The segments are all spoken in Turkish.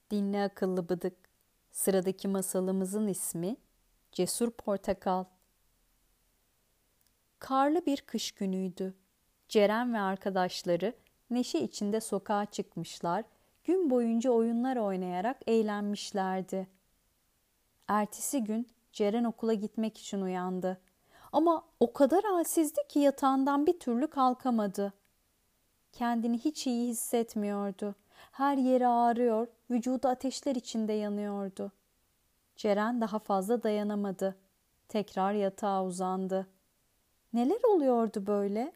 Dinle akıllı bıdık. Sıradaki masalımızın ismi Cesur Portakal. Karlı bir kış günüydü. Ceren ve arkadaşları neşe içinde sokağa çıkmışlar, gün boyunca oyunlar oynayarak eğlenmişlerdi. Ertesi gün Ceren okula gitmek için uyandı. Ama o kadar halsizdi ki yatağından bir türlü kalkamadı. Kendini hiç iyi hissetmiyordu. Her yeri ağrıyor, vücudu ateşler içinde yanıyordu. Ceren daha fazla dayanamadı. Tekrar yatağa uzandı. Neler oluyordu böyle?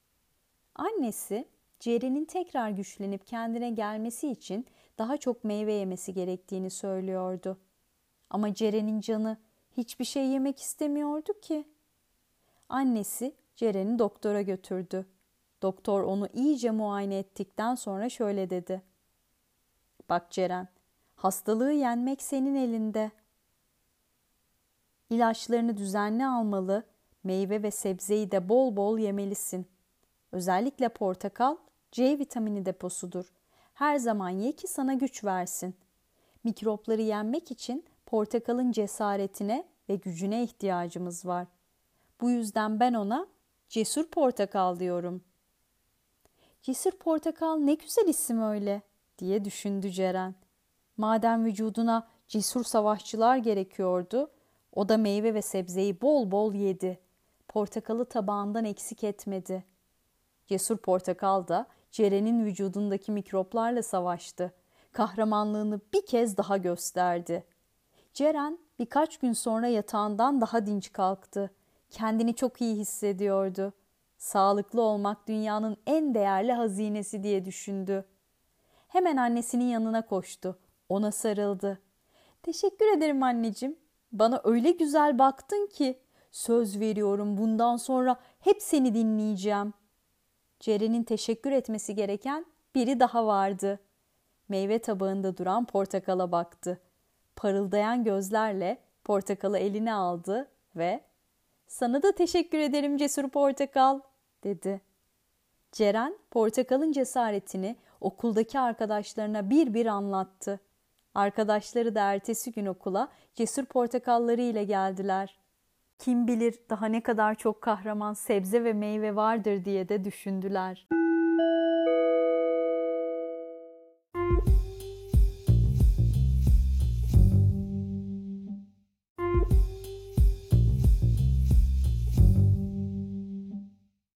Annesi, Ceren'in tekrar güçlenip kendine gelmesi için daha çok meyve yemesi gerektiğini söylüyordu. Ama Ceren'in canı hiçbir şey yemek istemiyordu ki. Annesi Ceren'i doktora götürdü. Doktor onu iyice muayene ettikten sonra şöyle dedi. Bak Ceren, hastalığı yenmek senin elinde. İlaçlarını düzenli almalı, meyve ve sebzeyi de bol bol yemelisin. Özellikle portakal C vitamini deposudur. Her zaman ye ki sana güç versin. Mikropları yenmek için portakalın cesaretine ve gücüne ihtiyacımız var. Bu yüzden ben ona Cesur Portakal diyorum. Cesur Portakal ne güzel isim öyle diye düşündü Ceren. Madem vücuduna cesur savaşçılar gerekiyordu, o da meyve ve sebzeyi bol bol yedi. Portakalı tabağından eksik etmedi. Cesur Portakal da Ceren'in vücudundaki mikroplarla savaştı. Kahramanlığını bir kez daha gösterdi. Ceren birkaç gün sonra yatağından daha dinç kalktı. Kendini çok iyi hissediyordu. Sağlıklı olmak dünyanın en değerli hazinesi diye düşündü. Hemen annesinin yanına koştu. Ona sarıldı. Teşekkür ederim anneciğim. Bana öyle güzel baktın ki. Söz veriyorum bundan sonra hep seni dinleyeceğim. Ceren'in teşekkür etmesi gereken biri daha vardı. Meyve tabağında duran portakala baktı. Parıldayan gözlerle portakalı eline aldı ve "Sana da teşekkür ederim Cesur Portakal," dedi. Ceren portakalın cesaretini okuldaki arkadaşlarına bir bir anlattı. Arkadaşları da ertesi gün okula cesur portakalları ile geldiler. Kim bilir daha ne kadar çok kahraman sebze ve meyve vardır diye de düşündüler.